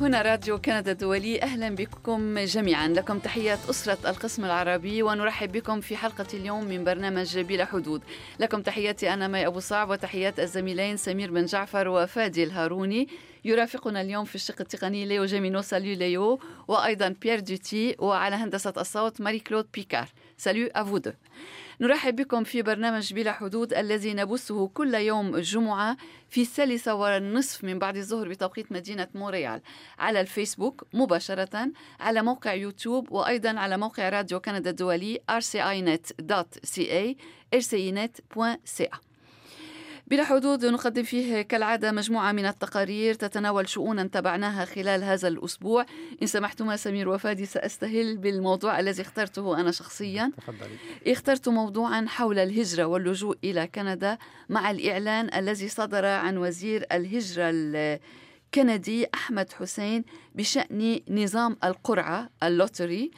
هنا راديو كندا الدولي، أهلا بكم جميعا. لكم تحيات أسرة القسم العربي ونرحب بكم في حلقة اليوم من برنامج بلا حدود. لكم تحياتي أنا مي أبو صعب وتحيات الزميلين سمير بن جعفر وفادي الهاروني. يرافقنا اليوم في الشق التقني ليو جيمينو، سالو ليو، وأيضا بيير دوتي، وعلى هندسة الصوت ماري كلود بيكار. سالو أفو دو. نرحب بكم في برنامج بلا حدود الذي نبثه كل يوم الجمعة في 3:30 من بعد الظهر بتوقيت مدينة مونريال، على الفيسبوك مباشرة، على موقع يوتيوب، وأيضا على موقع راديو كندا الدولي rcinet.ca rcinet.ca. بلا حدود نقدم فيه كالعادة مجموعة من التقارير تتناول شؤونا تبعناها خلال هذا الأسبوع. إن سمحتما سمير وفادي سأستهل بالموضوع الذي اخترته أنا شخصيا. تفضلي. اخترت موضوعا حول الهجرة واللجوء إلى كندا مع الإعلان الذي صدر عن وزير الهجرة الكندي أحمد حسين بشأن نظام القرعة اللوتري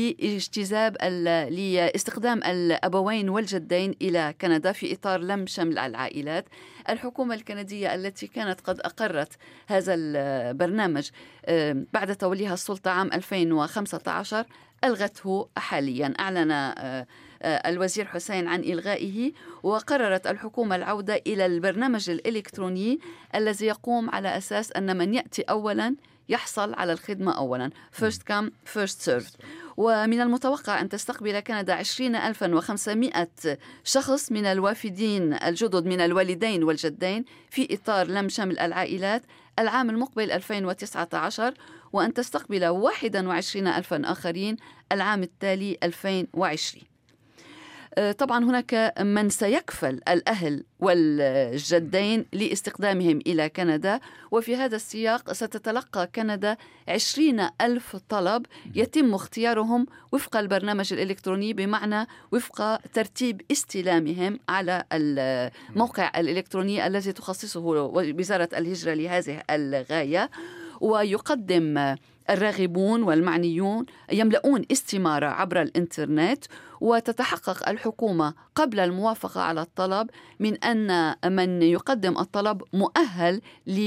لاستخدام الأبوين والجدين إلى كندا في إطار لم شمل العائلات. الحكومة الكندية التي كانت قد أقرت هذا البرنامج بعد توليها السلطة عام 2015 ألغته حاليا. أعلن الوزير حسين عن إلغائه، وقررت الحكومة العودة إلى البرنامج الإلكتروني الذي يقوم على أساس أن من يأتي أولا يحصل على الخدمة أولا، first come first served. ومن المتوقع أن تستقبل كندا 20,500 شخص من الوافدين الجدد من الوالدين والجدين في إطار لم شمل العائلات العام المقبل 2019، وأن تستقبل 21,000 آخرين العام التالي 2020. طبعا هناك من سيكفل الأهل والجدين لاستخدامهم إلى كندا، وفي هذا السياق ستتلقى كندا 20,000 طلب يتم اختيارهم وفق البرنامج الإلكتروني، بمعنى وفق ترتيب استلامهم على الموقع الإلكتروني الذي تخصصه وزارة الهجرة لهذه الغاية. ويقدم الراغبون والمعنيون يملؤون استمارة عبر الإنترنت، وتتحقق الحكومة قبل الموافقة على الطلب من أن من يقدم الطلب مؤهل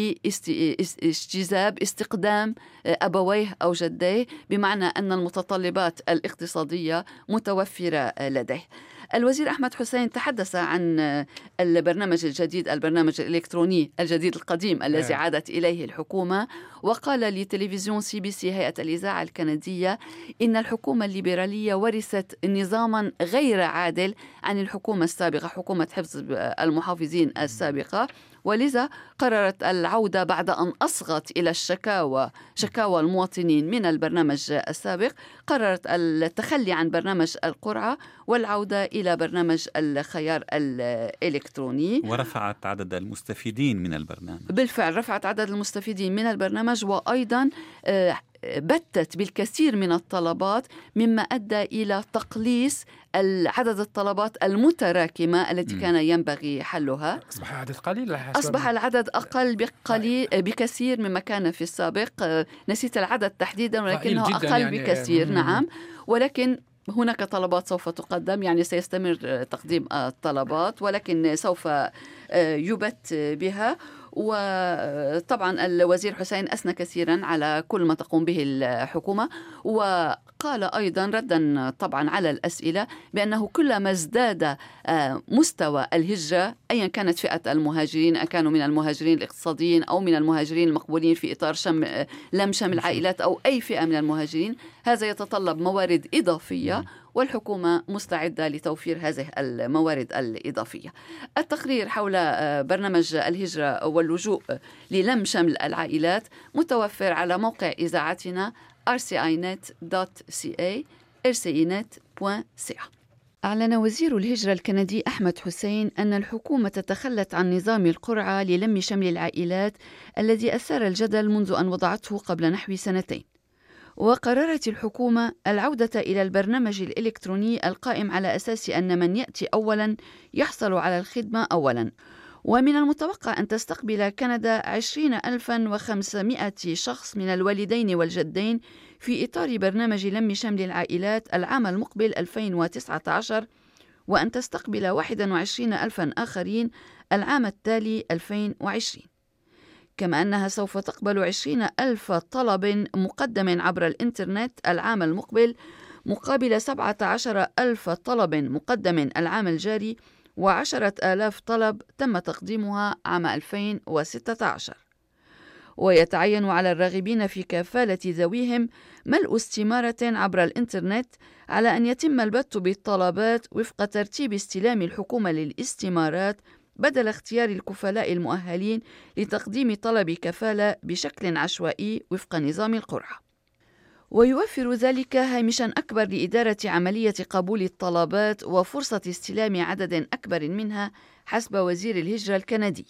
لاستجاب استقدام أبويه أو جديه، بمعنى أن المتطلبات الاقتصادية متوفرة لديه. الوزير أحمد حسين تحدث عن البرنامج الجديد، البرنامج الإلكتروني الجديد القديم الذي عادت إليه الحكومة، وقال لتلفزيون CBC هيئة الإذاعة الكندية إن الحكومة الليبرالية ورثت نظاما غير عادل عن الحكومة السابقة، حكومة حفظ المحافظين السابقة، ولذا قررت العودة بعد أن أصغت إلى شكاوى المواطنين من البرنامج السابق. قررت التخلي عن برنامج القرعة والعودة إلى برنامج الخيار الإلكتروني، ورفعت عدد المستفيدين من البرنامج. بالفعل رفعت عدد المستفيدين من البرنامج، وأيضا بتت بالكثير من الطلبات، مما أدى إلى تقليص عدد الطلبات المتراكمة التي كان ينبغي حلها. أصبح العدد قليل، أصبح العدد أقل بكثير مما كان في السابق. نسيت العدد تحديدا، ولكنه أقل يعني بكثير. نعم، ولكن هناك طلبات سوف تقدم، يعني سيستمر تقديم الطلبات، ولكن سوف يبت بها. وطبعا الوزير حسين أثنى كثيرا على كل ما تقوم به الحكومة، وقال أيضا ردا طبعا على الأسئلة بأنه كلما ازداد مستوى الهجرة، أيا كانت فئة المهاجرين، أكانوا من المهاجرين الاقتصاديين أو من المهاجرين المقبولين في إطار لم شمل العائلات أو أي فئة من المهاجرين، هذا يتطلب موارد إضافية، والحكومة مستعدة لتوفير هذه الموارد الإضافية. التقرير حول برنامج الهجرة واللجوء للم شمل العائلات متوفر على موقع إذاعتنا rcinet.ca rcinet.ca. أعلن وزير الهجرة الكندي أحمد حسين أن الحكومة تخلت عن نظام القرعة للم شمل العائلات الذي أثار الجدل منذ أن وضعته قبل نحو 2 سنين. وقررت الحكومة العودة إلى البرنامج الإلكتروني القائم على أساس أن من يأتي أولا يحصل على الخدمة أولا. ومن المتوقع أن تستقبل كندا 20,500 شخص من الوالدين والجدين في إطار برنامج لم شمل العائلات العام المقبل 2019، وأن تستقبل 21,000 آخرين العام التالي 2020. كما أنها سوف تقبل 20,000 طلب مقدم عبر الإنترنت العام المقبل مقابل 17,000 طلب مقدم العام الجاري و10,000 طلب تم تقديمها عام 2016. ويتعين على الراغبين في كفالة ذويهم ملء استمارة عبر الإنترنت على أن يتم البت بالطلبات وفق ترتيب استلام الحكومة للاستمارات بدل اختيار الكفلاء المؤهلين لتقديم طلب كفالة بشكل عشوائي وفق نظام القرعة. ويوفر ذلك هامشاً أكبر لإدارة عملية قبول الطلبات وفرصة استلام عدد أكبر منها حسب وزير الهجرة الكندي.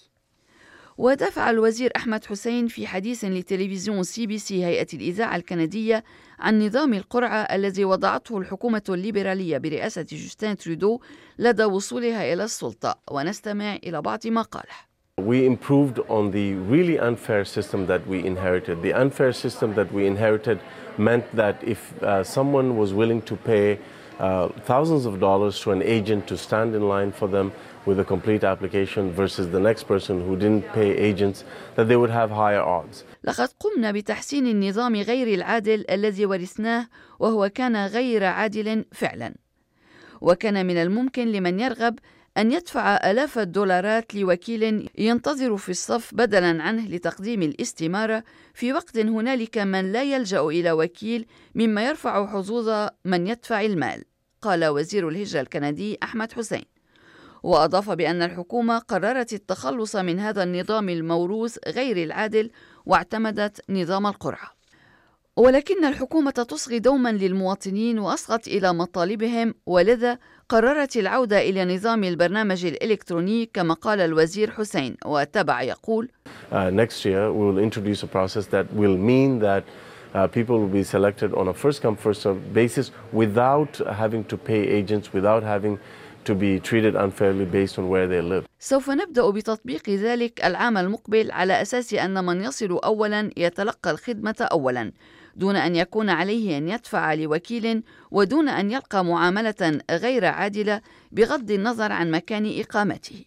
ودافع الوزير أحمد حسين في حديث لتلفزيون CBC هيئة الإذاعة الكندية عن نظام القرعة الذي وضعته الحكومة الليبرالية برئاسة جوستين ترودو لدى وصولها إلى السلطة، ونستمع إلى بعض ما قاله. We improved on the really unfair system that we inherited. The unfair system that we inherited meant that if someone was willing to pay thousands of dollars to an agent to stand in line for them with a complete application versus the next person who didn't pay agents, that they would have higher odds. لقد قمنا بتحسين النظام غير العادل الذي ورثناه، وهو كان غير عادل فعلا. وكان من الممكن لمن يرغب أن يدفع آلاف الدولارات لوكيل ينتظر في الصف بدلاً عنه لتقديم الاستمارة، في وقت هنالك من لا يلجأ إلى وكيل، مما يرفع حظوظ من يدفع المال، قال وزير الهجرة الكندي أحمد حسين. وأضاف بأن الحكومة قررت التخلص من هذا النظام الموروث غير العادل واعتمدت نظام القرعة. ولكن الحكومة تصغي دوما للمواطنين وأصغت إلى مطالبهم، ولذا قررت العودة إلى نظام البرنامج الإلكتروني كما قال الوزير حسين. وتبع يقول Next year we will introduce a process that will mean that people will be selected on a first come first served basis without having to pay agents, without having to be treated unfairly based on where they live. سوف نبدأ بتطبيق ذلك العام المقبل على أساس أن من يصل أولا يتلقى الخدمة أولا، دون أن يكون عليه أن يدفع لوكيل ودون أن يلقى معاملة غير عادلة بغض النظر عن مكان إقامته.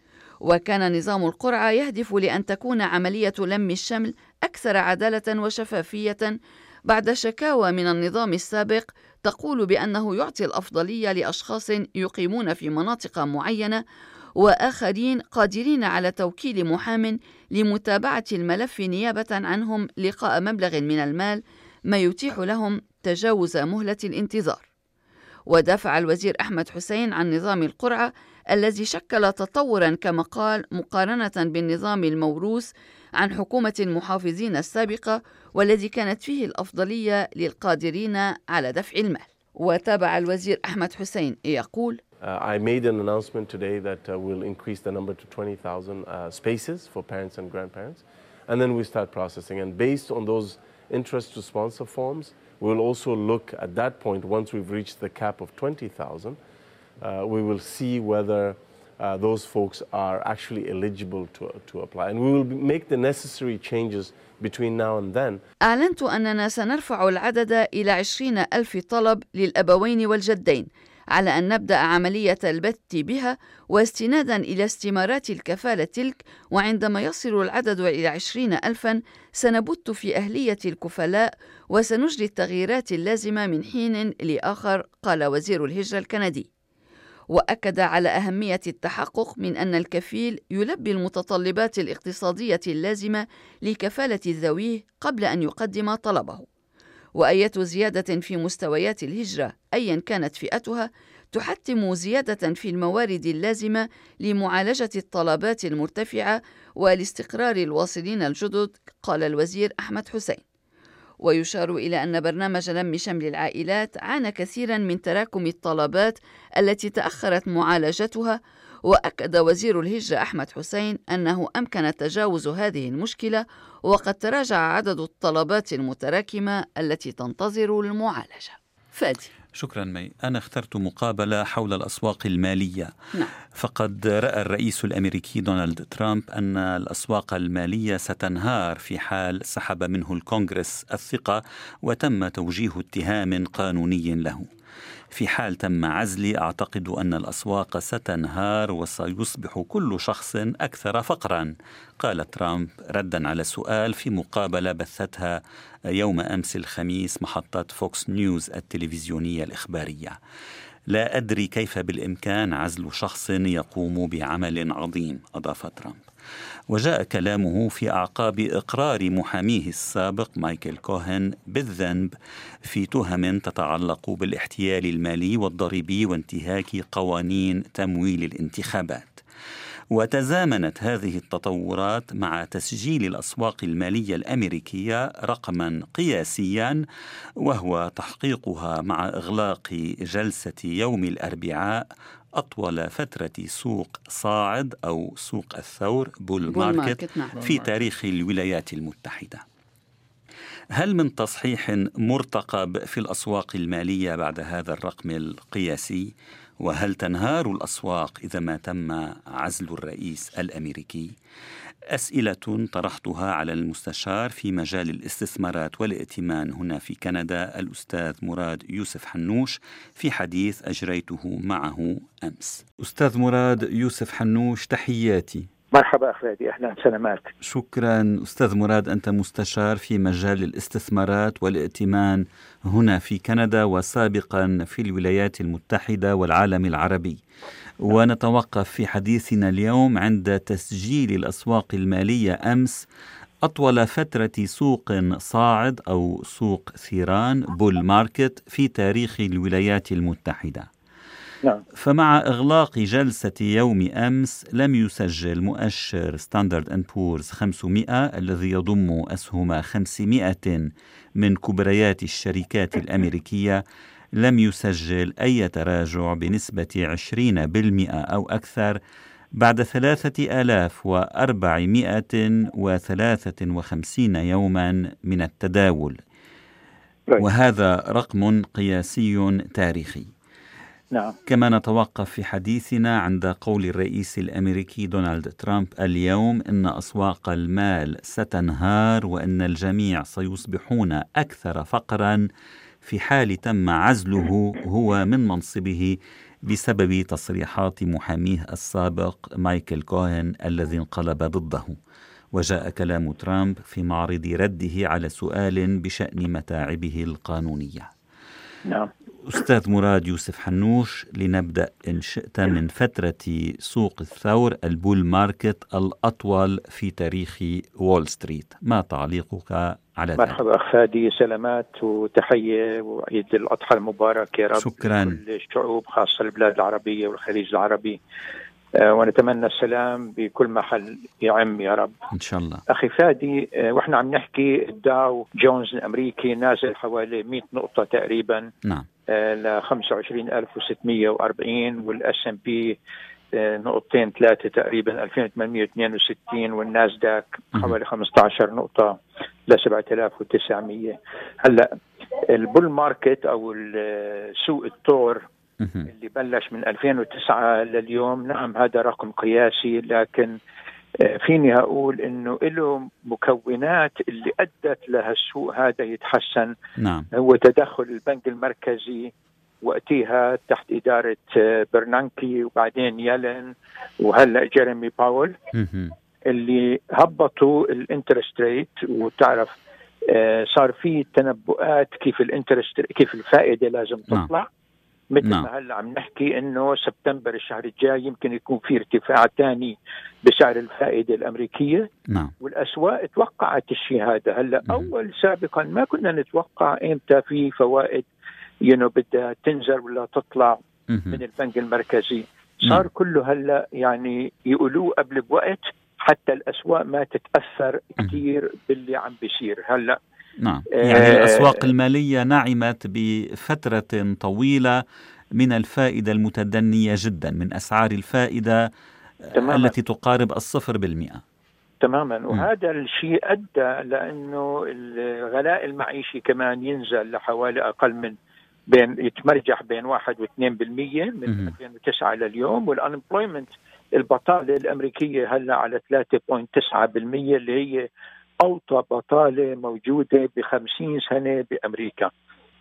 وكان نظام القرعة يهدف لأن تكون عملية لم الشمل أكثر عدالة وشفافية بعد شكاوى من النظام السابق تقول بأنه يعطي الأفضلية لأشخاص يقيمون في مناطق معينة وآخرين قادرين على توكيل محام لمتابعة الملف نيابة عنهم لقاء مبلغ من المال، ما يتيح لهم تجاوز مهلة الانتظار. ودافع الوزير أحمد حسين عن نظام القرعة الذي شكل تطوراً كما قال مقارنة بالنظام الموروث عن حكومة المحافظين السابقة، والذي كانت فيه الأفضلية للقادرين على دفع المال. وتابع الوزير أحمد حسين يقول I made an announcement today that we'll increase the number to 20,000 spaces for parents and grandparents, and then we start processing. And based on those interest to sponsor forms, we'll also look at that point, once we've reached the cap of 20,000, we will see whether those folks are actually eligible to apply. And we will make the necessary changes between now and then. أعلنت أننا سنرفع العدد إلى 20,000 طلب للأبوين والجدين، على أن نبدأ عملية البت بها واستنادا إلى استمارات الكفالة تلك. وعندما يصل العدد إلى 20,000 سنبت في أهلية الكفلاء وسنجري التغييرات اللازمة من حين لآخر، قال وزير الهجرة الكندي. وأكد على أهمية التحقق من أن الكفيل يلبي المتطلبات الاقتصادية اللازمة لكفالة ذويه قبل أن يقدم طلبه. وأية زيادة في مستويات الهجرة أيا كانت فئتها تحتم زيادة في الموارد اللازمة لمعالجة الطلبات المرتفعة والاستقرار الواصلين الجدد، قال الوزير أحمد حسين. ويشار إلى أن برنامج لم شمل العائلات عانى كثيرا من تراكم الطلبات التي تأخرت معالجتها. وأكد وزير الهجرة أحمد حسين أنه أمكن تجاوز هذه المشكلة، وقد تراجع عدد الطلبات المتراكمة التي تنتظر المعالجة. فادي. شكرا مي. أنا اخترت مقابلة حول الأسواق المالية. نعم. فقد رأى الرئيس الأمريكي دونالد ترامب أن الأسواق المالية ستنهار في حال سحب منه الكونغرس الثقة وتم توجيه اتهام قانوني له. في حال تم عزلي أعتقد أن الأسواق ستنهار وسيصبح كل شخص أكثر فقرا، قال ترامب ردا على سؤال في مقابلة بثتها يوم أمس الخميس محطة فوكس نيوز التلفزيونية الإخبارية. لا أدري كيف بالإمكان عزل شخص يقوم بعمل عظيم، أضاف ترامب. وجاء كلامه في أعقاب إقرار محاميه السابق مايكل كوهن بالذنب في تهم تتعلق بالاحتيال المالي والضريبي وانتهاك قوانين تمويل الانتخابات. وتزامنت هذه التطورات مع تسجيل الأسواق المالية الأمريكية رقما قياسيا، وهو تحقيقها مع إغلاق جلسة يوم الأربعاء أطول فترة سوق صاعد أو سوق الثور بول ماركت في تاريخ الولايات المتحدة. هل من تصحيح مرتقب في الأسواق المالية بعد هذا الرقم القياسي؟ وهل تنهار الأسواق إذا ما تم عزل الرئيس الأمريكي؟ أسئلة طرحتها على المستشار في مجال الاستثمارات والائتمان هنا في كندا الأستاذ مراد يوسف حنوش في حديث أجريته معه أمس. أستاذ مراد يوسف حنوش، تحياتي. مرحبا أخواتي، أهلا سلامات. شكرا أستاذ مراد، أنت مستشار في مجال الاستثمارات والائتمان هنا في كندا وسابقا في الولايات المتحدة والعالم العربي، ونتوقف في حديثنا اليوم عند تسجيل الأسواق المالية أمس أطول فترة سوق صاعد أو سوق ثيران بول ماركت في تاريخ الولايات المتحدة. فمع إغلاق جلسة يوم أمس لم يسجل مؤشر ستاندرد أند بورز 500 الذي يضم أسهم 500 من كبريات الشركات الأمريكية لم يسجل أي تراجع بنسبة 20% أو أكثر بعد 3453 يوما من التداول، وهذا رقم قياسي تاريخي. نعم. كما نتوقف في حديثنا عند قول الرئيس الأمريكي دونالد ترامب اليوم إن أسواق المال ستنهار وإن الجميع سيصبحون أكثر فقرا في حال تم عزله هو من منصبه بسبب تصريحات محاميه السابق مايكل كوهن الذي انقلب ضده. وجاء كلام ترامب في معرض رده على سؤال بشأن متاعبه القانونية. نعم. أستاذ مراد يوسف حنوش، لنبدأ إن شئت من فترة سوق الثور البول ماركت الأطول في تاريخ وول ستريت، ما تعليقك على ذلك؟ مرحبا أخ فادي، سلامات وتحية وعيد الأضحى المبارك يا رب. شكرا. كل الشعوب خاصة البلاد العربية والخليج العربي، ونتمنى السلام بكل محل يعم يا رب إن شاء الله. أخي فادي، وإحنا عم نحكي الداو جونز الأمريكي نازل حوالي 100 نقطة تقريبا. نعم. ل 25640، والأس ام بي نقطتين ثلاثة تقريبا 2862، والناسداك حوالي 15 نقطة ل 7900. هلا البول ماركت أو سوق الثور اللي بلش من 2009 لليوم، نعم هذا رقم قياسي، لكن فيني أقول إنه له مكونات اللي أدت لهالسوق هذا يتحسن. نعم. هو تدخل البنك المركزي وقتها تحت إدارة برنانكي وبعدين يلن وهلأ جيريمي باول اللي هبطوا الانترست ريت. وتعرف صار في تنبؤات كيف الفائدة لازم تطلع. مثل ما هلا عم نحكي انه سبتمبر الشهر الجاي يمكن يكون في ارتفاع ثاني بسعر الفائده الامريكيه. والاسواق توقعت الشيء هذا. هلا اول سابقا ما كنا نتوقع امتى في فوائد بدها تنزل ولا تطلع من البنك المركزي. صار كله هلا يعني يقولوه قبل بوقت حتى الاسواق ما تتاثر كثير باللي عم بيصير هلا. نعم. يعني الأسواق المالية نعمت بفترة طويلة من الفائدة المتدنية جدا، من أسعار الفائدة تماماً التي تقارب 0%. تماما. وهذا الشيء أدى لأنه الغلاء المعيشي كمان ينزل لحوالي أقل من يتمرجح بين 1 و2% من 2009 لليوم. والانemployment البطالة الأمريكية هلا على 3.9% اللي هي أوطى بطالة موجودة ب50 سنة بأمريكا.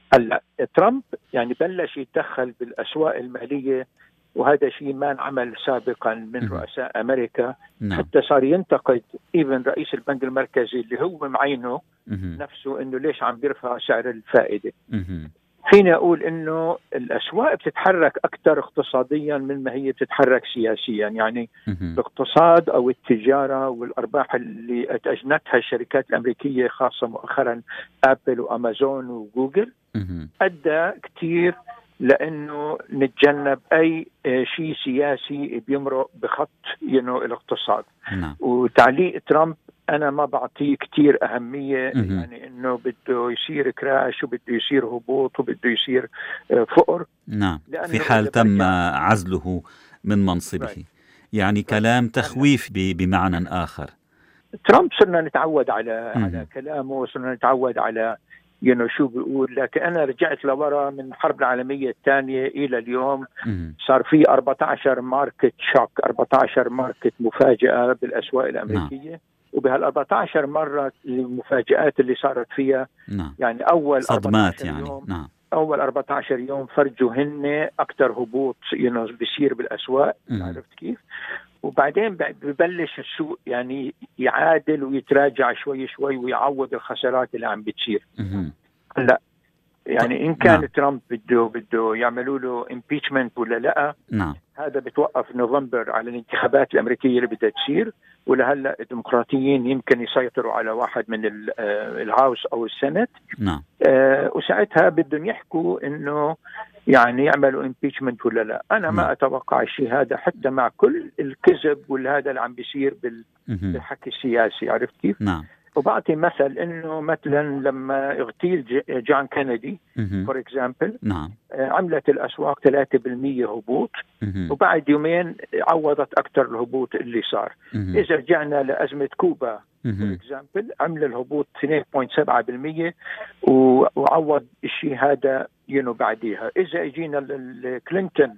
هلا ترامب يعني بلش يتدخل بالأسواق المالية، وهذا شيء ما انعمل سابقا من رؤساء أمريكا. حتى صار ينتقد إيفن رئيس البنك المركزي اللي هو معينه نفسه إنه ليش عم بيرفع سعر الفائدة. فيني أقول إنه الأسواق بتتحرك أكثر اقتصاديا من ما هي بتتحرك سياسيا. يعني الاقتصاد أو التجارة والأرباح اللي أجنتها الشركات الأمريكية خاصة مؤخرا أبل وأمازون وجوجل أدى كتير لأنه نتجنب أي شيء سياسي بيمرق بخط الاقتصاد. وتعليق ترامب أنا ما بعطيه كتير أهمية، يعني إنه بده يصير كراش وبده يصير هبوط وبده يصير فقر. نعم، في حال تم عزله من منصبه. يعني كلام تخويف بمعنى آخر. ترامب صرنا نتعود على كلامه، صرنا نتعود على شو بيقول. لكن أنا رجعت لورا من الحرب العالمية الثانية إلى اليوم، صار في 14 ماركت شوك، 14 ماركت مفاجأة بالأسواق الأمريكية. وبهال14 مرة المفاجآت اللي صارت فيها يعني أول صدمات يعني أول 14 يوم فرجوا هن أكثر هبوط بيصير بالأسواق. عرفت كيف؟ وبعدين ببلش السوق يعني يعادل ويتراجع شوي شوي ويعوض الخسارات اللي عم بتصير. لا يعني إن كان ترامب بده يعملوا له impeachment ولا لا، هذا بتوقف نوفمبر على الانتخابات الأمريكية اللي بدها تصير. ولهلا الديمقراطيين يمكن يسيطروا على واحد من الهاوس أو السنت. وساعتها بدهم يحكوا إنه يعني يعملوا impeachment ولا لا. أنا ما أتوقع الشيء هذا حتى مع كل الكذب والهذا اللي عم بيصير بالحكي السياسي. عرفت كيف؟ وبعطي مثل إنه مثلا لما اغتيل جون كينيدي فور اكزامبل، عملت الأسواق 3% هبوط، وبعد يومين عوضت أكثر الهبوط اللي صار. إذا رجعنا لأزمة كوبا فور اكزامبل، عمل الهبوط 2.7% وعوض الشيء هذا بعديها. إذا اجينا لكلينتون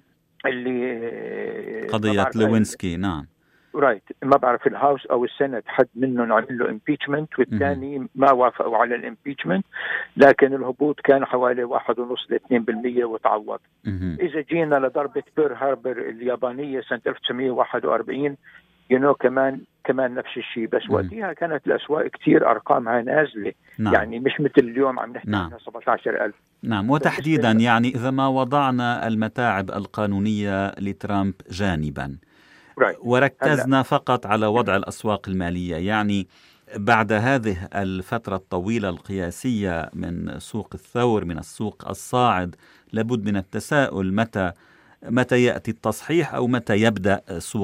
اللي قضية لوينسكي رايت، ما بعرف الهاوس أو السنت حد منهم عمل له impeachment والثاني ما وافقوا على الامبيتشمنت، لكن الهبوط كان حوالي 1.5 ل 2% وتعوض. إذا جينا لضربة بيرل هاربر اليابانية سنة 1941 كمان نفس الشيء، بس وقتها كانت الأسواق كتير أرقامها نازلة. يعني مش مثل اليوم عم نحكي عنها 17,000. وتحديدا يعني إذا ما وضعنا المتاعب القانونية لترامب جانبا وركزنا فقط على وضع الأسواق المالية، يعني بعد هذه الفترة الطويلة القياسية من سوق الثور، من السوق الصاعد، لابد من التساؤل متى يأتي التصحيح أو متى يبدأ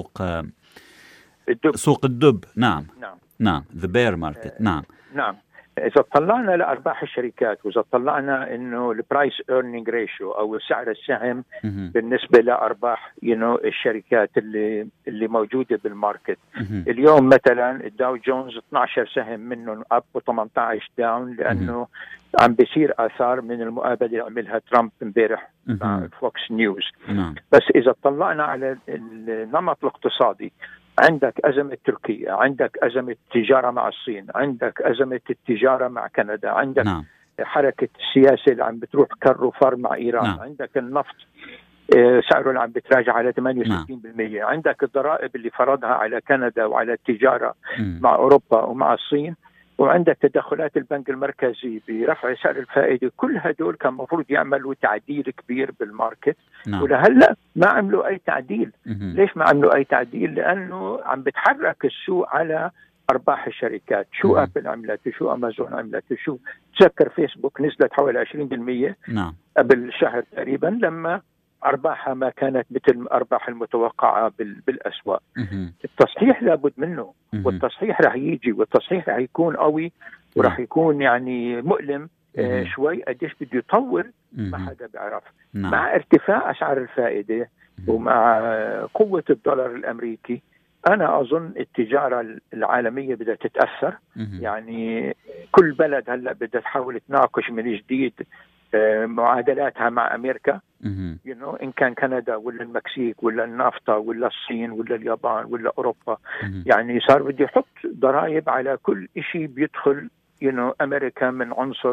سوق الدب. نعم the bear market. نعم. إذا طلعنا لأرباح الشركات، وإذا طلعنا إنه البرايس earning ratio أو سعر السهم بالنسبة لأرباح الشركات اللي موجودة بالماركت، اليوم مثلا الداو جونز 12 سهم منهم أب و18 داون، لأنه عم بيصير آثار من المقابلة اللي عملها ترامب امبارح مع فوكس نيوز. بس إذا طلعنا على النمط الاقتصادي، عندك أزمة تركيا، عندك أزمة التجارة مع الصين، عندك أزمة التجارة مع كندا، عندك حركة السياسة اللي عم بتروح كر وفر مع إيران، عندك النفط سعره اللي عم بتراجع على 68%، عندك الضرائب اللي فرضها على كندا وعلى التجارة مع أوروبا ومع الصين، وعندك تدخلات البنك المركزي برفع سعر الفائدة. كل هدول كان مفروض يعملوا تعديل كبير بالماركت، ولهلأ ما عملوا أي تعديل. ليش ما عملوا أي تعديل؟ لأنه عم بتحرك السوق على أرباح الشركات. شو أبل عملت وشو أمازون عملت وشو تذكر فيسبوك نزلت حوالي 20% قبل شهر تقريبا، لما أرباحها ما كانت مثل الأرباح المتوقعة بالأسواق. التصحيح لابد منه، والتصحيح رح يجي، والتصحيح رح يكون قوي ورح يكون يعني مؤلم شوي. قديش بده يطول ما حدا بيعرف. مع ارتفاع أسعار الفائدة ومع قوة الدولار الأمريكي، أنا أظن التجارة العالمية بدها تتأثر. يعني كل بلد هلأ بدها تحاول تناقش من جديد معادلاتها مع أمريكا، إن كان كندا ولا المكسيك ولا النافطة ولا الصين ولا اليابان ولا أوروبا. يعني صار بدي يحط ضرائب على كل إشي بيدخل أمريكا من عنصر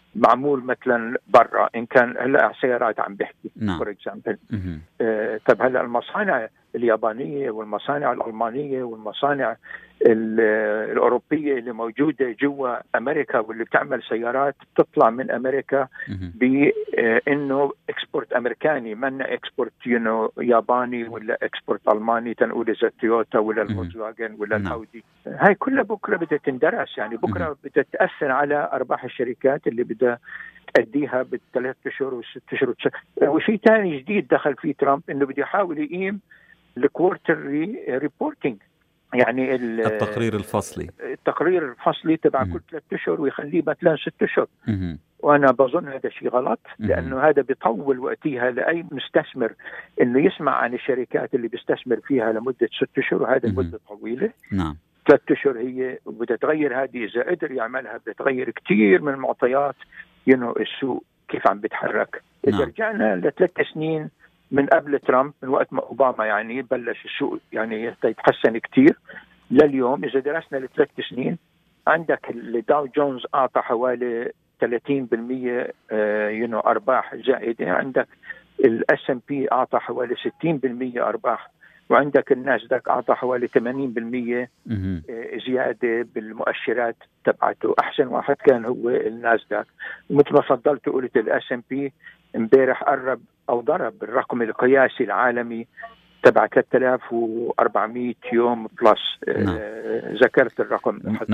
معمول مثلا برا، ان كان هلا سيارات عم بحكي فور اكزامبل. طب هلا المصانع اليابانيه والمصانع الالمانيه والمصانع الاوروبيه اللي موجوده جوا امريكا واللي بتعمل سيارات بتطلع من امريكا بانه اكسبورت امريكاني، من اكسبورت ياباني ولا اكسبورت الماني، تنقول اذا تويوتا ولا الفولكس فاجن ولا الاودي. هاي كلها بكره بدها تندرس، يعني بكره بدها تاثر على ارباح الشركات اللي بدها تأديها بالثلاث اشهر والست اشهر. وشيء ثاني جديد دخل فيه ترامب، انه بده يحاول يقيم الكوارترلي ريبورتنج، يعني التقرير الفصلي تبع كل 3 اشهر ويخليه مثلا 6 اشهر. وانا بظن هذا شيء غلط، لانه هذا بيطول وقتها لاي مستثمر انه يسمع عن الشركات اللي بيستثمر فيها لمده 6 اشهر، وهذا مده طويله. 3 اشهر هي بدها تغير، هذه اذا قدر يعملها بدها تغير كثير من المعطيات السوق كيف عم بيتحرك. اذا رجعنا ل3 سنين من قبل ترامب، من وقت ما أوباما يعني بلش السوق يعني يتحسن كتير لليوم، إذا درسنا ل3 سنين عندك الداو جونز أعطى حوالي 30% أرباح زائدة، عندك الS&P أعطى حوالي 60% أرباح، وعندك الناسداك أعطى حوالي 80% زيادة بالمؤشرات تبعته. أحسن واحد كان هو الناسداك، ومثل ما فضلت قلت الS&P امبارح قرب أو ضرب الرقم القياسي العالمي تبع 3400 يوم بلس. ذكرت الرقم.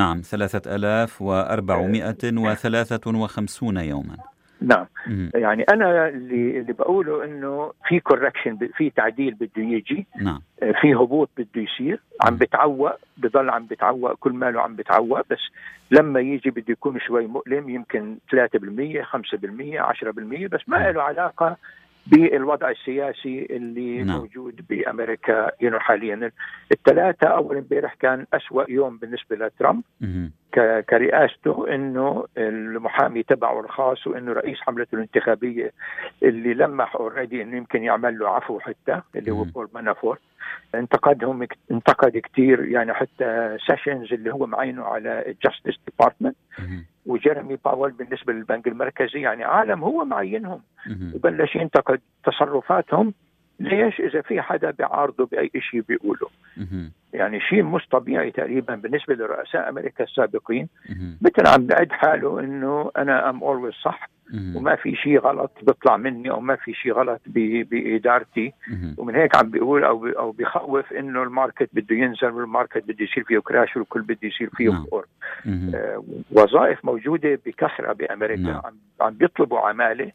3453 يوما. نعم. يعني أنا اللي بقوله إنه في كوركشن، في تعديل بده يجي. في هبوط بده يصير، عم بتعوق، بضل عم بتعوق، كل ماله عم بتعوق، بس لما يجي بده يكون شوي مؤلم، يمكن 3%، 5%، 10%، بس ما له علاقة بالوضع السياسي اللي موجود بأمريكا حاليا. الثلاثة أول امبارح كان أسوأ يوم بالنسبة لترامب كرئاسته، إنه المحامي تبعه الخاص وإنه رئيس حملته الانتخابية اللي لمح أوريدي إنه يمكن يعمل له عفو، حتى اللي هو بول مانافورت انتقد كتير، يعني حتى سيشنز اللي هو معينه على الجاستس ديبارتمنت، وجيرمي باول بالنسبة للبنك المركزي، يعني عالم هو معينهم، وبلش ينتقد تصرفاتهم. ليش؟ إذا في حدا بيعارضه بأي شيء بيقوله. يعني شيء مش طبيعي تقريبا بالنسبة لرؤساء أمريكا السابقين، مثل عم بعد حاله إنه أنا أم أولويز صح، وما في شيء غلط بيطلع مني، أو ما في شيء غلط بإدارتي. ومن هيك عم بيقول أو بيخوف إنه الماركت بده ينزل، والماركت بده يصير فيه كراش، والكل بده يصير فيه فور. وظائف موجودة بكثرة بأمريكا، عم بيطلبوا عمالة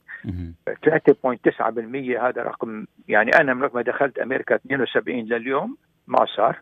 3.9%. هذا رقم، يعني أنا من ما دخلت أمريكا 72 لليوم ما صار.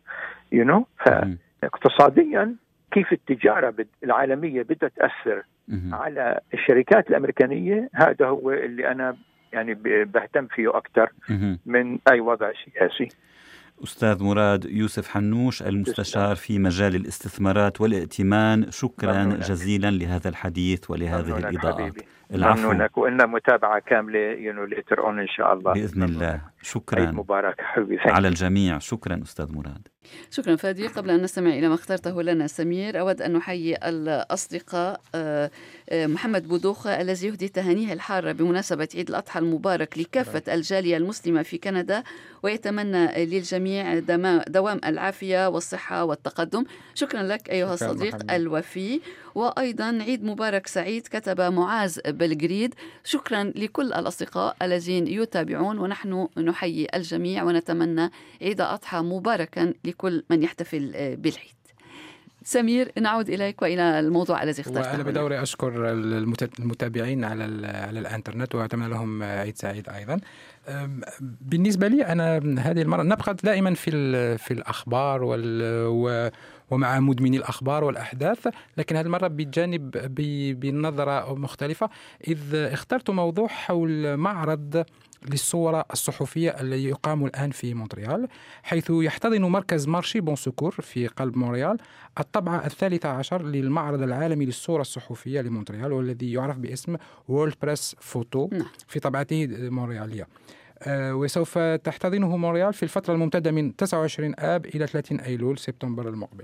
فاقتصاديا كيف التجارة العالمية بدها تأثر على الشركات الأمريكانية، هذا هو اللي أنا يعني بهتم فيه أكثر من أي وضع سياسي. أستاذ مراد يوسف حنوش، المستشار في مجال الاستثمارات والائتمان، شكرا جزيلا لهذا الحديث ولهذه الإضاءات. العفو. ممنونك، وإننا متابعة كاملة later on إن شاء الله بإذن الله. شكرا. عيد مبارك على الجميع. شكرا أستاذ مراد. شكرا فادي. قبل أن نستمع إلى ما اخترته لنا سمير، أود أن نحيي الأصدقاء محمد بودوخة الذي يهدي تهانيه الحارة بمناسبة عيد الأضحى المبارك لكافة الجالية المسلمة في كندا، ويتمنى للجميع دوام العافية والصحة والتقدم. شكرا لك أيها الصديق الوفي. وأيضا عيد مبارك سعيد، كتب معاذ بلغريد. شكرا لكل الأصدقاء الذين يتابعون، ونحن نحيي الجميع ونتمنى عيد أضحى مباركا لكل من يحتفل بالعيد. سمير، نعود إليك وإلى الموضوع الذي اخترته. وأنا بدوري أشكر المتابعين على الإنترنت، وأتمنى لهم عيد سعيد أيضا. بالنسبة لي أنا هذه المرة نبقى دائما في الأخبار ومع مدمني الأخبار والأحداث، لكن هذه المرة بجانب بنظرة مختلفة، إذ اخترت موضوع حول معرض للصورة الصحفية الذي يقام الآن في مونتريال، حيث يحتضن مركز مارشي بونسكور في قلب مونتريال الطبعة 13 للمعرض العالمي للصورة الصحفية لمونتريال، والذي يعرف باسم وورلد بريس فوتو في طبعته مونريالية. وسوف تحتضنه مونريال في الفترة الممتدة من 29 آب إلى 30 أيلول سبتمبر المقبل.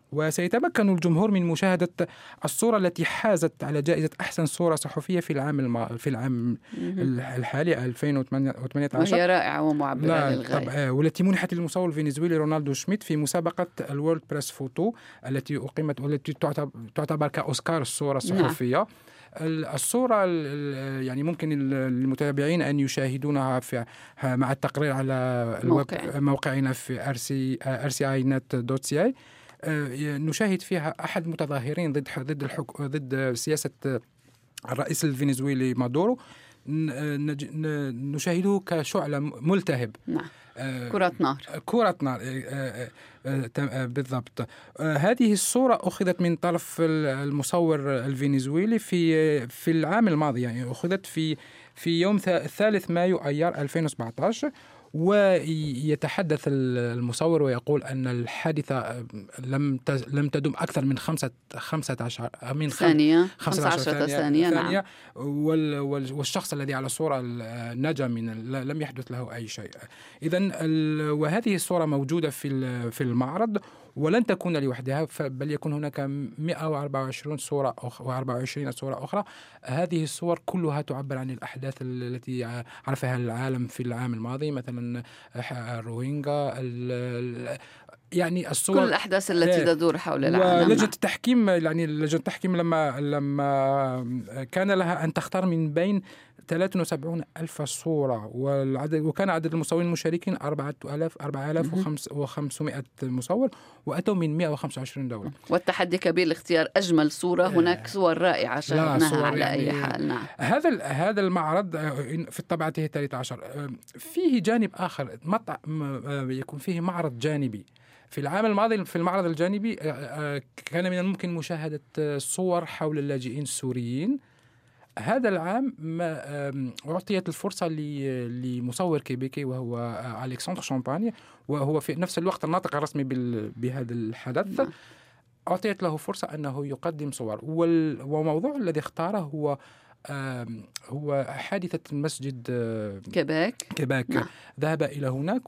وسيتمكن الجمهور من مشاهدة الصورة التي حازت على جائزة أحسن صورة صحفية في العام الحالي 2018، وهي رائعة ومعبرة للغاية، والتي منحت للمصور الفنزويلي رونالدو شميت في مسابقة الورلد بريس فوتو التي أقيمت والتي تعتبر كأوسكار الصورة الصحفية. الصورة يعني ممكن المتابعين أن يشاهدونها مع التقرير على موقعنا في rci.net.ca. نشاهد فيها أحد المتظاهرين ضد سياسة الرئيس الفنزويلي مادورو، نشاهده كشعلة ملتهب. نعم. كرة نار بالضبط. هذه الصورة أخذت من طرف المصور الفنزويلي في العام الماضي، يعني أخذت في يوم 3 مايو أيار 2017. ويتحدث المصور ويقول أن الحادثة لم تدم أكثر من 15 ثانية. نعم. والشخص الذي على الصورة نجا لم يحدث له أي شيء. إذن وهذه الصورة موجودة في المعرض، ولن تكون لوحدها، بل يكون هناك 124 صورة أخرى. هذه الصور كلها تعبر عن الأحداث التي عرفها العالم في العام الماضي، مثلا الروهينجا، يعني الصور، كل الأحداث التي تدور حول العالم. ولجنة التحكيم، يعني لجنة التحكيم لما كان لها أن تختار من بين 73,000 صورة، وكان عدد المصورين المشاركين 4,500 مصور، وأتوا من 125 دولة. والتحدي كبير لاختيار أجمل صورة. هناك صور رائعة شاهدناها على يعني أي حال. نعم. هذا المعرض في طبعته 13 فيه جانب آخر، يكون فيه معرض جانبي. في العام الماضي في المعرض الجانبي كان من الممكن مشاهدة صور حول اللاجئين السوريين. هذا العام أعطيت الفرصة لمصور كيبيكي وهو ألكسندر شامباني، وهو في نفس الوقت الناطق الرسمي بهذا الحدث. أعطيت له فرصة أنه يقدم صور، وموضوع الذي اختاره هو حادثة مسجد كيباك. نعم. ذهب إلى هناك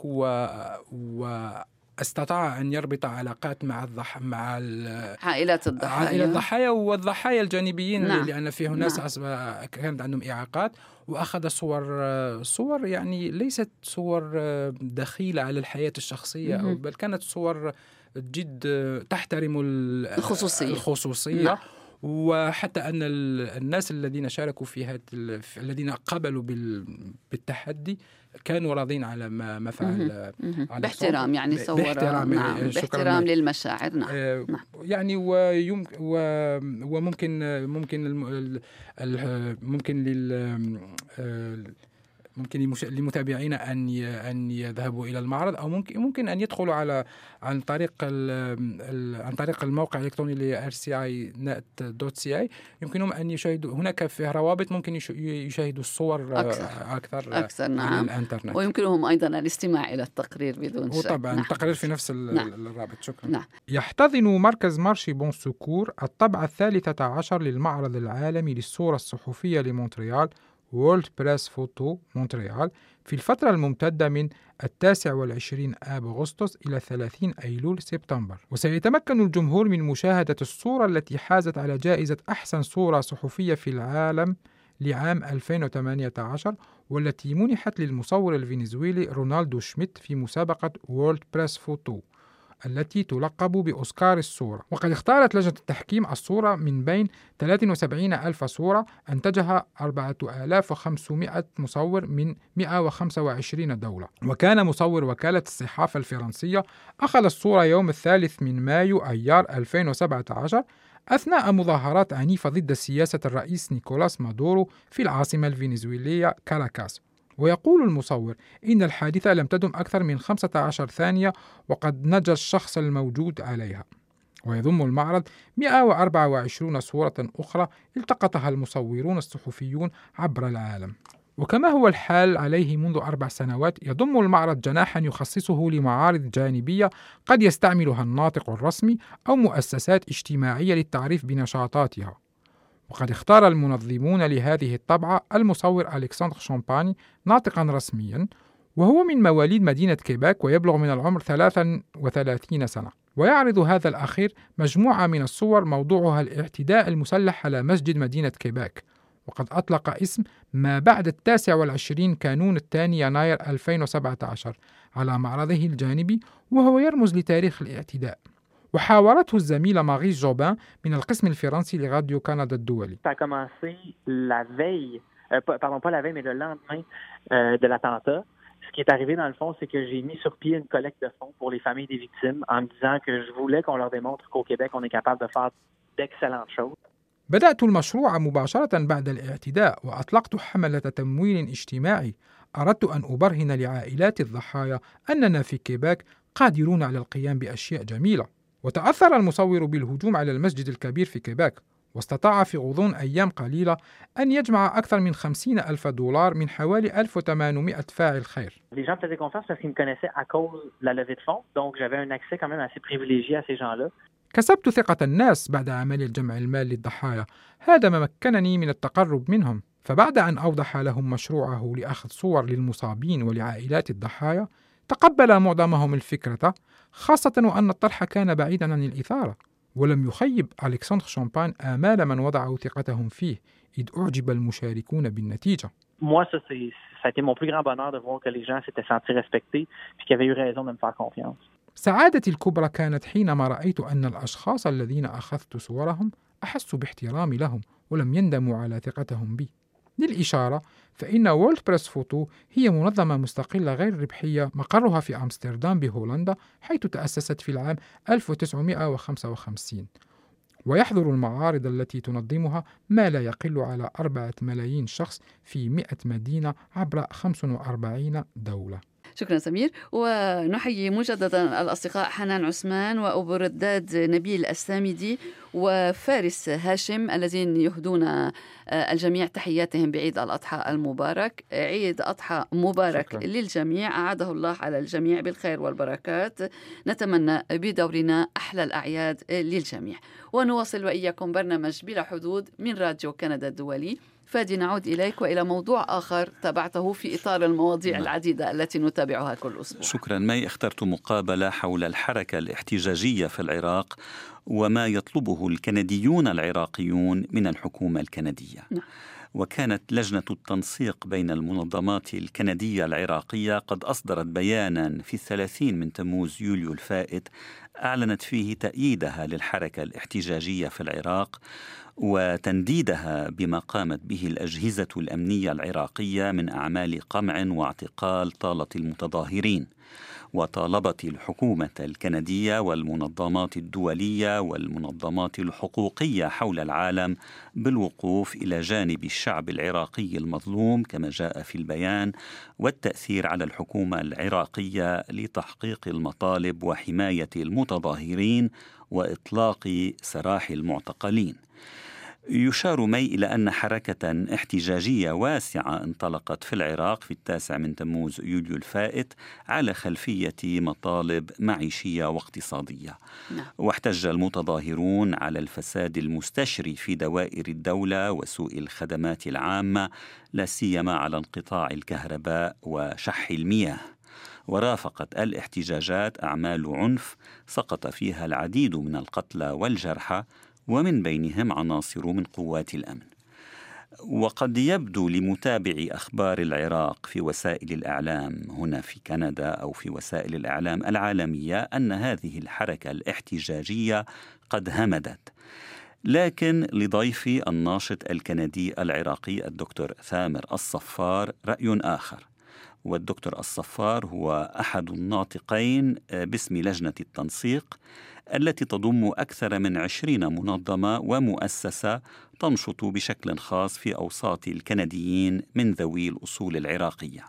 استطاع أن يربط علاقات مع عائلات الضحايا والضحايا الجانبيين. نعم. لأن فيه ناس نعم. كانت عندهم إعاقات، وأخذ صور يعني ليست صور دخيلة على الحياة الشخصية، بل كانت صور جد تحترم الخصوصية. نعم. وحتى أن الناس الذين شاركوا الذين قبلوا بالتحدي كانوا راضين على ما فعل باحترام، يعني صور باحترام للمشاعر. نعم. يعني ممكن للمتابعين أن يذهبوا إلى المعرض، أو ممكن أن يدخلوا عن طريق الموقع الإلكتروني ل rci.net.ca. يمكنهم أن يشاهدوا، هناك في روابط ممكن يشاهدوا الصور أكثر نعم. على الإنترنت، ويمكنهم أيضا الاستماع إلى التقرير بدون شك. وطبعا نعم. التقرير في نفس الرابط. شكرا. نعم. يحتضن مركز مارشي بون سكور الطبعة 13 للمعرض العالمي للصورة الصحفية لمونتريال World Press Photo مونتريال في الفترة الممتدة من 29 آب أغسطس إلى 30 أيلول سبتمبر. وسيتمكن الجمهور من مشاهدة الصورة التي حازت على جائزة أحسن صورة صحفية في العالم لعام 2018، والتي منحت للمصور الفنزويلي رونالدو شميت في مسابقة World Press Photo التي تلقب بأوسكار الصورة. وقد اختارت لجنة التحكيم الصورة من بين 73,000 صورة أنتجها 4,500 مصور من 125 دولة. وكان مصور وكالة الصحافة الفرنسية أخذ الصورة يوم 3 مايو أيار 2017 أثناء مظاهرات عنيفة ضد سياسة الرئيس نيكولاس مادورو في العاصمة الفنزويلية كاراكاس. ويقول المصور إن الحادثة لم تدم أكثر من 15 ثانية، وقد نجا الشخص الموجود عليها. ويضم المعرض 124 صورة أخرى التقطها المصورون الصحفيون عبر العالم. وكما هو الحال عليه منذ 4 سنوات، يضم المعرض جناحا يخصصه لمعارض جانبية قد يستعملها الناطق الرسمي أو مؤسسات اجتماعية للتعريف بنشاطاتها. وقد اختار المنظمون لهذه الطبعة المصور ألكسندر شامباني ناطقا رسميا، وهو من مواليد مدينة كيباك ويبلغ من العمر 33 سنة. ويعرض هذا الأخير مجموعة من الصور موضوعها الاعتداء المسلح على مسجد مدينة كيباك، وقد أطلق اسم ما بعد 29 كانون الثاني يناير 2017 على معرضه الجانبي، وهو يرمز لتاريخ الاعتداء. وحاورته الزميلة ماريس جوبان من القسم الفرنسي لراديو كندا الدولي. Ça a commencé la veille, pas la veille, mais le lendemain de l'attentat. Ce qui est arrivé dans le fond, c'est que j'ai mis sur pied une collecte de fonds pour les familles des victimes en me disant que je voulais qu'on leur démontre qu'au Québec, on est capable de faire d'excellentes choses. بدأت المشروع مباشرة بعد الاعتداء، وأطلقت حملة تمويل اجتماعي. أردت أن أبرهن لعائلات الضحايا أننا في كيباك قادرون على القيام بأشياء جميلة. وتأثر المصور بالهجوم على المسجد الكبير في كيباك، واستطاع في غضون أيام قليلة أن يجمع أكثر من $50,000 من حوالي 1800 فاعل خير. Les gens me faisaient confiance parce qu'ils me connaissaient à cause de la levée de fonds, donc j'avais un accès quand même assez privilégié à ces gens-là. كسبت ثقة الناس بعد عملية جمع المال للضحايا، هذا ما مكنني من التقرب منهم. فبعد أن أوضح لهم مشروعه لأخذ صور للمصابين ولعائلات الضحايا، تقبل معظمهم الفكرة، خاصة وأن الطرح كان بعيدا عن الإثارة. ولم يخيب ألكسندر شامبان آمال من وضعوا ثقتهم فيه، إذ أعجب المشاركون بالنتيجة. Moi, ça a été mon plus grand bonheur de voir que les gens s'étaient sentis respectés puis qu'ils avaient eu raison de me faire confiance. سعادتي الكبرى كانت حينما رأيت أن الأشخاص الذين أخذت صورهم أحسوا باحترامي لهم ولم يندموا على ثقتهم بي. للإشارة فإن وورلد بريس فوتو هي منظمة مستقلة غير ربحية مقرها في أمستردام بهولندا، حيث تأسست في العام 1955، ويحضر المعارض التي تنظمها ما لا يقل على 4 ملايين شخص في 100 مدينة عبر 45 دولة. شكرا سمير، ونحيي مجددا الأصدقاء حنان عثمان وأبو رداد نبيل السامدي وفارس هاشم الذين يهدون الجميع تحياتهم بعيد الأضحى المبارك. عيد أضحى مبارك شكرا للجميع، أعاده الله على الجميع بالخير والبركات. نتمنى بدورنا أحلى الأعياد للجميع، ونواصل وإياكم برنامج بلا حدود من راديو كندا الدولي. فادي، نعود إليك وإلى موضوع آخر تابعته في إطار المواضيع العديدة التي نتابعها كل أسبوع. شكرا مي. اخترت مقابلة حول الحركة الاحتجاجية في العراق وما يطلبه الكنديون العراقيون من الحكومة الكندية. وكانت لجنة التنسيق بين المنظمات الكندية العراقية قد أصدرت بيانا في 30 من تموز يوليو الفائت أعلنت فيه تأييدها للحركة الاحتجاجية في العراق وتنديدها بما قامت به الأجهزة الأمنية العراقية من أعمال قمع واعتقال طالة المتظاهرين. وطالبت الحكومة الكندية والمنظمات الدولية والمنظمات الحقوقية حول العالم بالوقوف إلى جانب الشعب العراقي المظلوم كما جاء في البيان، والتأثير على الحكومة العراقية لتحقيق المطالب وحماية المتظاهرين وإطلاق سراح المعتقلين. يشار مي إلى أن حركة احتجاجية واسعة انطلقت في العراق في 9 من تموز يوليو الفائت على خلفية مطالب معيشية واقتصادية. واحتج المتظاهرون على الفساد المستشري في دوائر الدولة وسوء الخدمات العامة، لا سيما على انقطاع الكهرباء وشح المياه. ورافقت الاحتجاجات أعمال عنف سقط فيها العديد من القتلى والجرحى، ومن بينهم عناصر من قوات الأمن. وقد يبدو لمتابعي أخبار العراق في وسائل الإعلام هنا في كندا أو في وسائل الإعلام العالمية أن هذه الحركة الاحتجاجية قد همدت. لكن لضيفي الناشط الكندي العراقي الدكتور ثامر الصفار رأي آخر. والدكتور الصفار هو أحد الناطقين باسم لجنة التنسيق التي تضم أكثر من 20 منظمة ومؤسسة تنشط بشكل خاص في أوساط الكنديين من ذوي الأصول العراقية.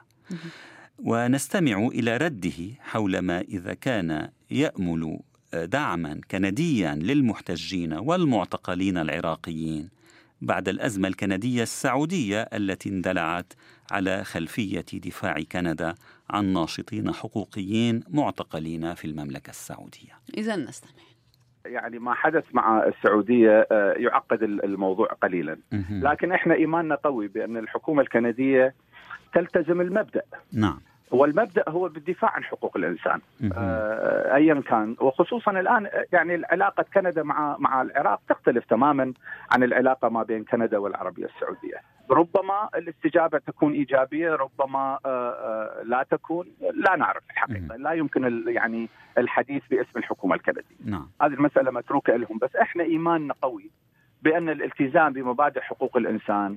ونستمع إلى رده حول ما إذا كان يأمل دعما كنديا للمحتجين والمعتقلين العراقيين بعد الأزمة الكندية السعودية التي اندلعت على خلفية دفاع كندا عن ناشطين حقوقيين معتقلين في المملكة السعودية. إذا نستمع. يعني ما حدث مع السعودية يعقد الموضوع قليلا، لكن احنا إيماننا قوي بأن الحكومة الكندية تلتزم المبدأ. نعم. والمبدأ هو بالدفاع عن حقوق الإنسان أيا كان، وخصوصا الآن يعني العلاقة كندا مع العراق تختلف تماما عن العلاقة ما بين كندا والعربية السعودية. ربما الاستجابة تكون إيجابية، ربما لا تكون، لا نعرف الحقيقة. لا يمكن يعني الحديث باسم الحكومة الكندية. هذه المسألة متروكة لهم، بس احنا إيماننا قوي بأن الالتزام بمبادئ حقوق الإنسان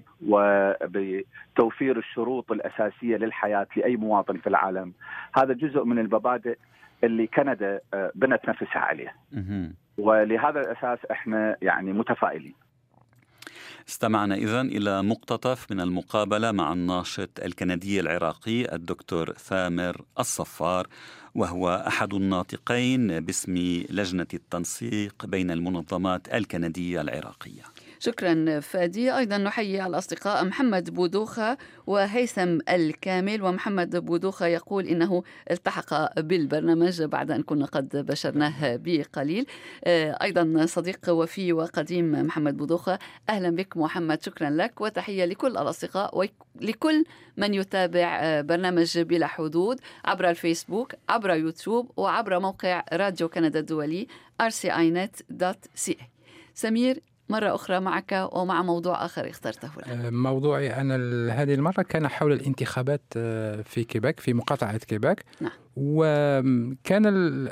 وبتوفير الشروط الأساسية للحياة لأي مواطن في العالم، هذا جزء من المبادئ اللي كندا بنت نفسها عليه، ولهذا الأساس احنا يعني متفائلين. استمعنا إذن إلى مقتطف من المقابلة مع الناشط الكندي العراقي الدكتور ثامر الصفار، وهو أحد الناطقين باسم لجنة التنسيق بين المنظمات الكندية العراقية. شكرا فادي. أيضا نحيي الأصدقاء محمد بودوخة وهيثم الكامل. ومحمد بودوخة يقول إنه التحق بالبرنامج بعد أن كنا قد بشرناه بقليل. أيضا صديق وفي وقديم محمد بودوخة، أهلا بك محمد، شكرا لك، وتحية لكل الأصدقاء ولكل من يتابع برنامج بلا حدود عبر الفيسبوك، عبر يوتيوب، وعبر موقع راديو كندا الدولي rcinet.ca. سمير، مرة أخرى معك ومع موضوع آخر اخترته لنا. موضوعي أنا هذه المرة كان حول الانتخابات في كيباك، في مقاطعة كيباك. نعم. وكان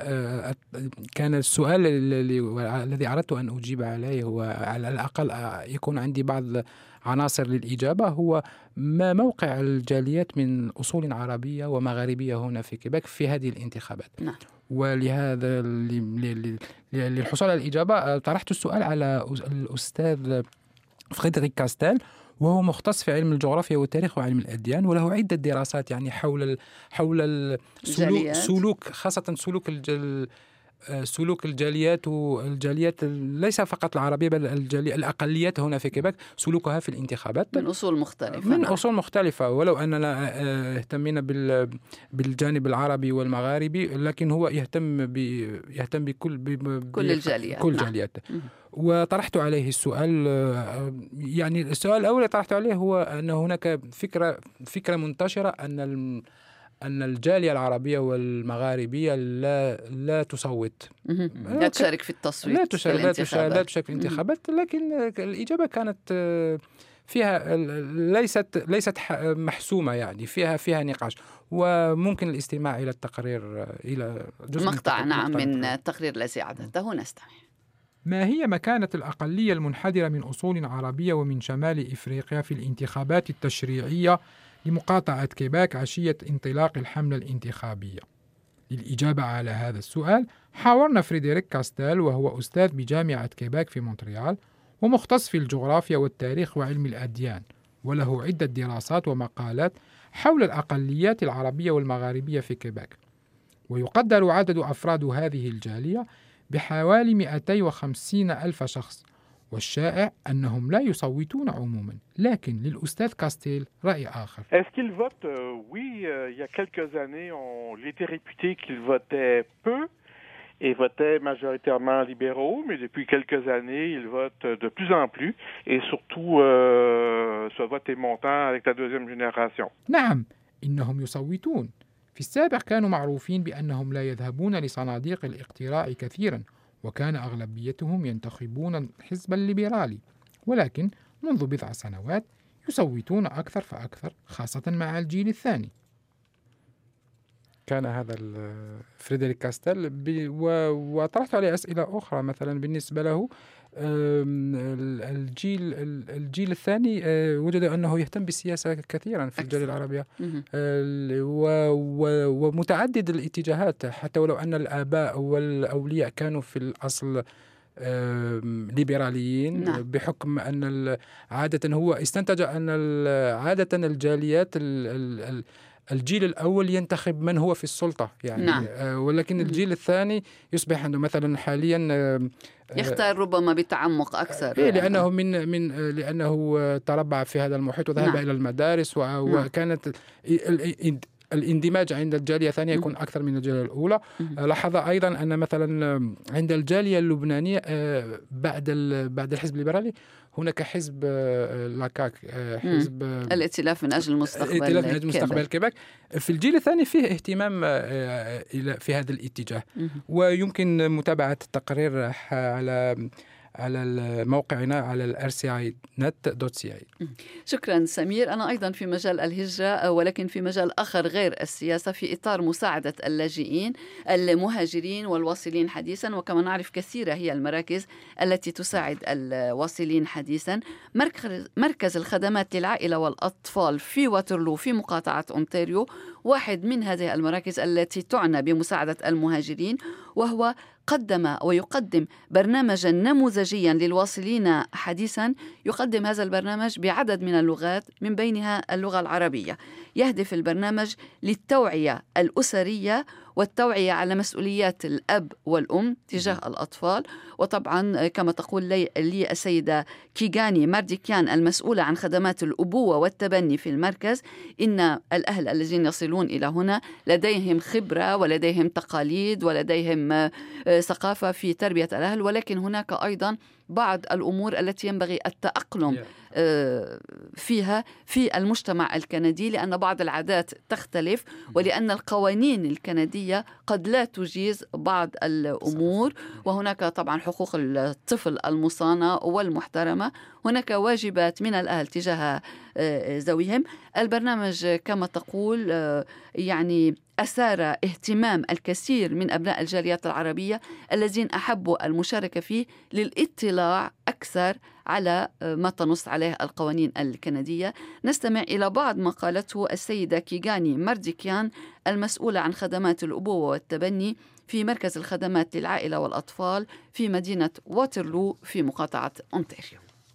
كان السؤال الذي أردت أن أجيب عليه هو على الأقل يكون عندي بعض عناصر للإجابة، هو ما موقع الجاليات من أصول عربية ومغاربية هنا في كيباك في هذه الانتخابات. نعم. ولهذا للحصول على الإجابة طرحت السؤال على الأستاذ فريدريك كاستيل، وهو مختص في علم الجغرافيا والتاريخ وعلم الأديان، وله عدة دراسات يعني حول السلوك، خاصة سلوك الجاليات، والجاليات ليس فقط العربية بل الأقليات هنا في كيباك، سلوكها في الانتخابات من أصول مختلفة. ولو أننا اهتمينا بالجانب العربي والمغاربي، لكن هو يهتم كل الجاليات. وطرحت عليه السؤال، يعني السؤال الأول طرحت عليه هو أن هناك فكرة منتشرة أن الجالية العربية والمغاربية لا تصوت، لا تشارك في التصويت، لا تشارك في الانتخابات. لكن الإجابة كانت فيها ليست محسومة، يعني فيها نقاش، وممكن الاستماع إلى التقرير، إلى جزء مقطع من التقرير الذي أعددته. نستمع. ما هي مكانة الأقلية المنحدرة من أصول عربية ومن شمال إفريقيا في الانتخابات التشريعية لمقاطعة كيباك عشية انطلاق الحملة الانتخابية؟ للإجابة على هذا السؤال حاورنا فريدريك كاستيل، وهو أستاذ بجامعة كيباك في مونتريال ومختص في الجغرافيا والتاريخ وعلم الأديان، وله عدة دراسات ومقالات حول الأقليات العربية والمغاربية في كيباك. ويقدر عدد أفراد هذه الجالية بحوالي 250 ألف شخص، والشائع أنهم لا يصوتون عموما. لكن للأستاذ كاستيل رأي آخر. Est-ce qu'ils votent? Oui, il y a quelques années, il était réputé qu'ils votaient peu et votaient majoritairement libéraux, mais depuis quelques années, ils votent de plus en plus, et surtout ce vote est montant avec la deuxième génération. نعم، إنهم يصوتون. في السابق كانوا معروفين بأنهم لا يذهبون لصناديق الاقتراع كثيرا، وكان أغلبيتهم ينتخبون الحزب الليبرالي، ولكن منذ بضع سنوات يصوتون أكثر فأكثر، خاصة مع الجيل الثاني. كان هذا فريدريك كاستيل، وطرحت عليه أسئلة أخرى مثلا بالنسبة له. الجيل الثاني وجد أنه يهتم بالسياسة كثيرا في الجالية العربية، ومتعدد الاتجاهات، حتى ولو أن الآباء والأولياء كانوا في الأصل ليبراليين. نعم. بحكم أن عادة هو استنتج أن عادة الجاليات الجيل الأول ينتخب من هو في السلطة يعني. نعم. ولكن الجيل الثاني يصبح عنده مثلا حاليا يختار ربما بتعمق أكثر، لأنه لأنه تربع في هذا المحيط وذهب إلى المدارس، وكانت الاندماج عند الجالية الثانية يكون أكثر من الجالية الأولى. لاحظ أيضا أن مثلا عند الجالية اللبنانية بعد الحزب الليبرالي هناك حزب لاكاك، حزب الائتلاف من أجل المستقبل كيباك. في الجيل الثاني فيه اهتمام في هذا الاتجاه، ويمكن متابعة التقرير على موقعنا على rci.net.ca. شكرا سمير. أنا أيضا في مجال الهجرة، ولكن في مجال آخر غير السياسة، في إطار مساعدة اللاجئين المهاجرين والواصلين حديثا. وكما نعرف كثيرة هي المراكز التي تساعد الواصلين حديثا. مركز الخدمات للعائلة والأطفال في واترلو في مقاطعة أونتاريو واحد من هذه المراكز التي تعنى بمساعدة المهاجرين، وهو قدم ويقدم برنامجا نموذجيا للواصلين حديثا. يقدم هذا البرنامج بعدد من اللغات من بينها اللغة العربية. يهدف البرنامج للتوعية الأسرية والتوعية على مسؤوليات الأب والأم تجاه الأطفال. وطبعا كما تقول لي السيدة كيغاني مارديكيان المسؤولة عن خدمات الأبوة والتبني في المركز، إن الأهل الذين يصلون إلى هنا لديهم خبرة ولديهم تقاليد ولديهم ثقافة في تربية الأهل، ولكن هناك أيضا بعض الأمور التي ينبغي التأقلم فيها في المجتمع الكندي، لأن بعض العادات تختلف ولأن القوانين الكندية قد لا تجيز بعض الأمور. وهناك طبعا حقوق الطفل المصانة والمحترمة. هناك واجبات من الأهل تجاه ذويهم. البرنامج كما تقول يعني أثار اهتمام الكثير من أبناء الجاليات العربية الذين أحبوا المشاركة فيه للاطلاع أكثر على ما تنص عليه القوانين الكندية. نستمع إلى بعض ما قالته السيدة كيغاني مارديكيان المسؤولة عن خدمات الأبوة والتبني في مركز الخدمات للعائلة والأطفال في مدينة واترلو في مقاطعة أونتاريو.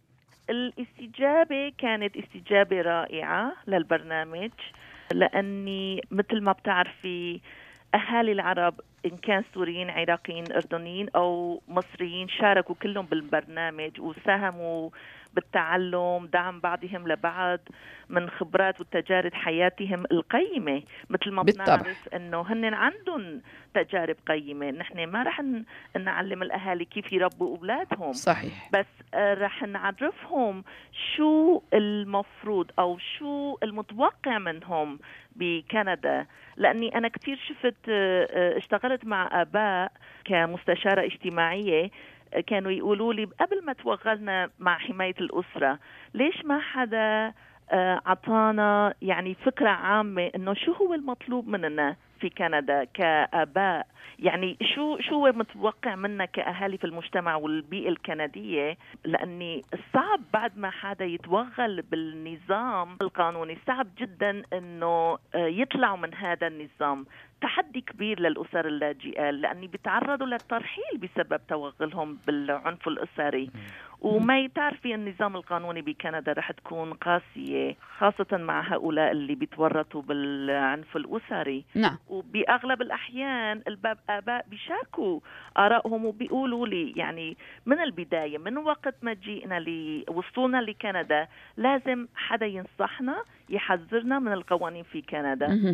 الاستجابة كانت استجابة رائعة للبرنامج، لأني مثل ما بتعرفي أهالي العرب إن كان سوريين عراقيين أردنيين أو مصريين شاركوا كلهم بالبرنامج وساهموا بالتعلم، دعم بعضهم لبعض من خبرات وتجارب حياتهم القيمة. مثل ما بنعرف أنه هن عندهم تجارب قيمة. نحن ما رح نعلم الأهالي كيف يربوا أولادهم، صحيح، بس رح نعرفهم شو المفروض أو شو المتوقع منهم بكندا. لأني أنا كتير شفت اشتغلت مع آباء كمستشارة اجتماعية كانوا يقولوا لي قبل ما توغلنا مع حماية الأسرة ليش ما حدا عطانا يعني فكرة عامة إنه شو هو المطلوب مننا في كندا كآباء، يعني شو متوقع منا كأهالي في المجتمع والبيئة الكندية. لأني الصعب بعد ما حدا يتوغل بالنظام القانوني صعب جدا إنه يطلعوا من هذا النظام. تحدي كبير للأسر اللاجئة لأني بيتعرضوا للترحيل بسبب توغلهم بالعنف الأسري، وما يتعرفي النظام القانوني بكندا رح تكون قاسية خاصة مع هؤلاء اللي بيتورطوا بالعنف الأسري. نعم. وبأغلب الأحيان الآباء بيشاركوا آرائهم وبيقولوا لي يعني من البداية من وقت ما جينا وصلنا لكندا لازم حدا ينصحنا يحذرنا من القوانين في كندا.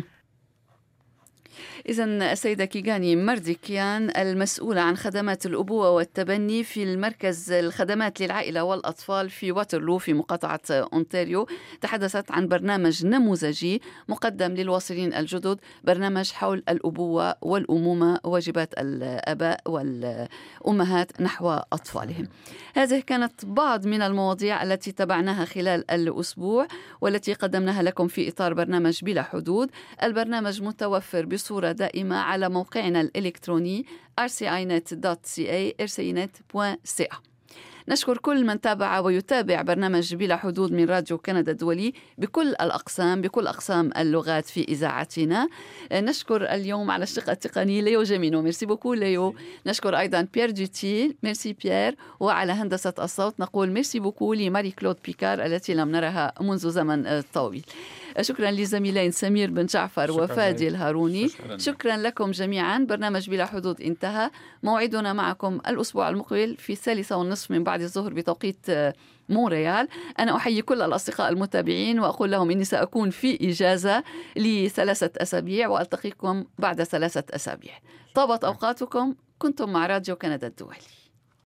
إذن السيدة كيغاني مارديكيان المسؤولة عن خدمات الأبوة والتبني في المركز الخدمات للعائلة والأطفال في واترلو في مقاطعة أونتاريو تحدثت عن برنامج نموذجي مقدم للواصلين الجدد، برنامج حول الأبوة والأمومة واجبات الآباء والأمهات نحو أطفالهم. هذه كانت بعض من المواضيع التي تبعناها خلال الأسبوع والتي قدمناها لكم في إطار برنامج بلا حدود. البرنامج متوفر بصورة دائمة على موقعنا الإلكتروني rci.net.ca rci.net.ca. نشكر كل من تابع ويتابع برنامج بلا حدود من راديو كندا الدولي بكل الأقسام بكل أقسام اللغات في إذاعتنا. نشكر اليوم على الشق التقني ليو جيمينو، ميرسي بوكو ليو. نشكر أيضا بيير دوتيل، ميرسي بيير. وعلى هندسة الصوت نقول ميرسي بوكو لماري كلود بيكار التي لم نرها منذ زمن طويل. شكرا لزميلين سمير بن جعفر وفادي الهاروني. شكرا لكم جميعا. برنامج بلا حدود انتهى. موعدنا معكم الأسبوع المقبل في 3:30 من بعد الظهر بتوقيت مونريال. أنا أحيي كل الأصدقاء المتابعين وأقول لهم إني سأكون في إجازة ل3 أسابيع وألتقيكم بعد 3 أسابيع. طابت أوقاتكم. كنتم مع راديو كندا الدولي.